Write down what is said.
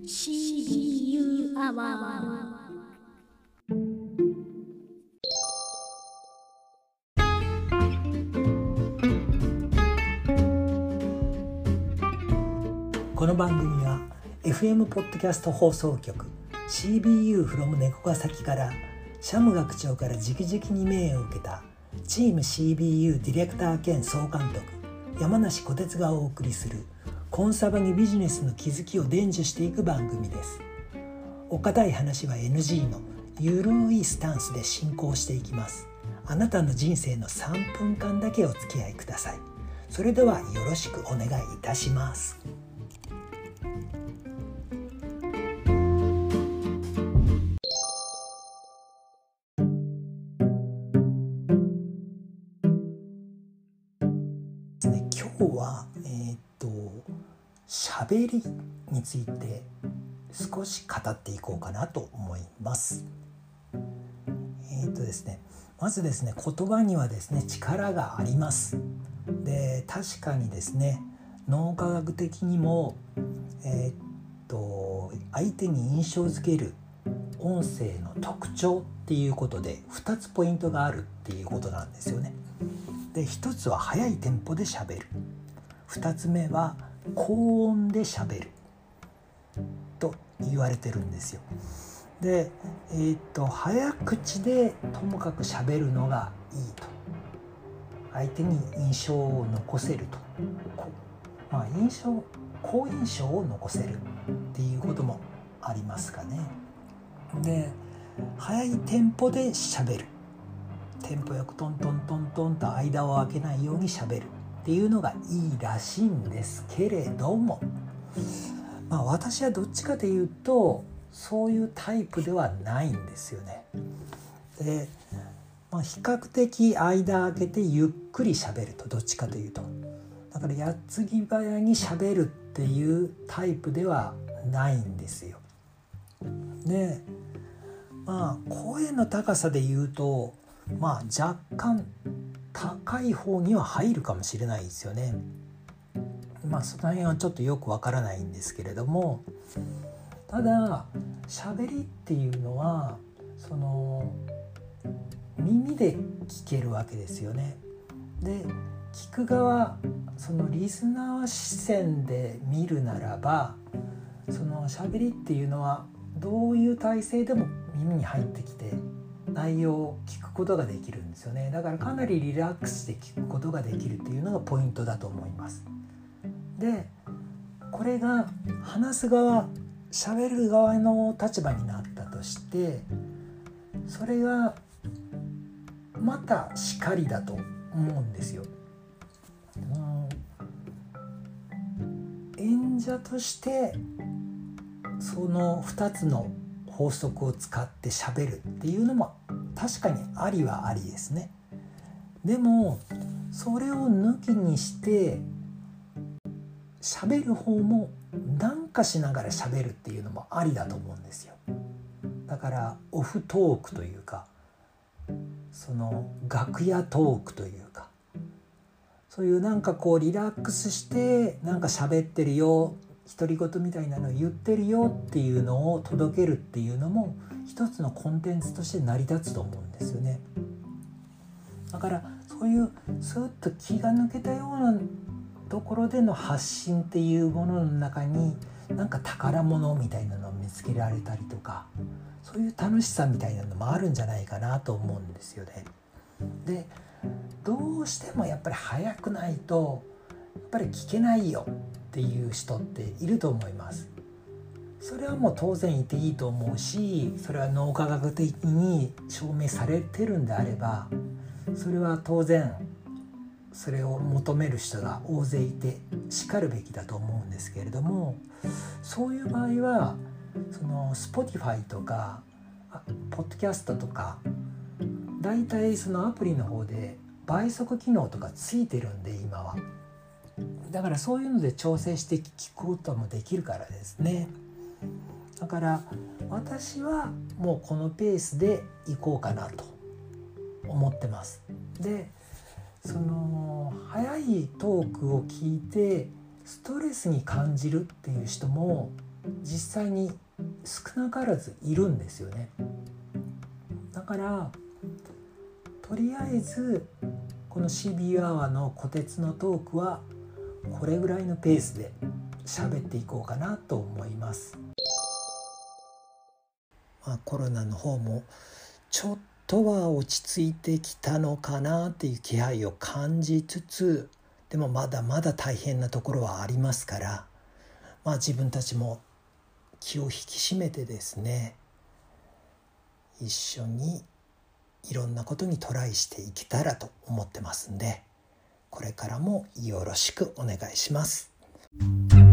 CBU アワー。 この番組は FM ポッドキャスト放送局 CBU from 猫ヶ崎からシャム学長から直々に命を受けたチーム CBU ディレクター兼総監督山梨小鉄がお送りするコンサバにビジネスの気づきを伝授していく番組です。お堅い話は NG のゆるいスタンスで進行していきます。あなたの人生の3分間だけお付き合いください。それではよろしくお願いいたします。今日は喋りについて少し語っていこうかなと思います。ですね、まずですね、言葉にはですね力があります。で、確かにですね脳科学的にも相手に印象づける音声の特徴っていうことで2つポイントがあるっていうことなんですよね。で、1つは速いテンポで喋る、2つ目は高音で喋ると言われてるんですよ。で、早口でともかく喋るのがいいと、相手に印象を残せると、好印象を残せるっていうこともありますかね。で、速いテンポで喋る、テンポよくトントントントンと間を空けないように喋るっていうのがいいらしいんですけれども、私はどっちかというとそういうタイプではないんですよね。で、比較的間空けてゆっくり喋ると、どっちかというとだからやっつぎ早に喋るっていうタイプではないんですよ。で、声の高さで言うと若干高い方には入るかもしれないですよね。その辺はちょっとよくわからないんですけれども、ただ喋りっていうのはその耳で聞けるわけですよね。で、聞く側、そのリスナー視線で見るならば、その喋りっていうのはどういう体勢でも耳に入ってきて内容を聞くことができるんですよね。だからかなりリラックスで聞くことができるっていうのがポイントだと思います。で、これが話す側、喋る側の立場になったとして、それがまたしかりだと思うんですよ。演者としてその2つの法則を使って喋るっていうのも確かにありはありですね。でもそれを抜きにして喋る方もなんかしながら喋るっていうのもありだと思うんですよ。だからオフトークというか、その楽屋トークというか、そういうリラックスして喋ってるよ、独り言みたいなのを言ってるよっていうのを届けるっていうのも一つのコンテンツとして成り立つと思うんですよね。だからそういうスーッと気が抜けたようなところでの発信っていうものの中に宝物みたいなのを見つけられたりとか、そういう楽しさみたいなのもあるんじゃないかなと思うんですよね。で、どうしてもやっぱり早くないとやっぱり聞けないよっていう人っていると思います。それはもう当然いていいと思うし、それは脳科学的に証明されてるんであれば、それは当然それを求める人が大勢いてしかるべきだと思うんですけれども、そういう場合はその Spotify とかポッドキャストとかだいたいそのアプリの方で倍速機能とかついてるんで、今はだからそういうので調整して聞くこともできるからですね。だから私はもうこのペースでいこうかなと思ってます。で、その早いトークを聞いてストレスに感じるっていう人も実際に少なからずいるんですよね。だからとりあえずこの CBU アワーの虎鉄のトークはこれぐらいのペースで喋っていこうかなと思います。コロナの方もちょっとは落ち着いてきたのかなっていう気配を感じつつ、でもまだまだ大変なところはありますから、自分たちも気を引き締めてですね、一緒にいろんなことにトライしていけたらと思ってますんで、これからもよろしくお願いします。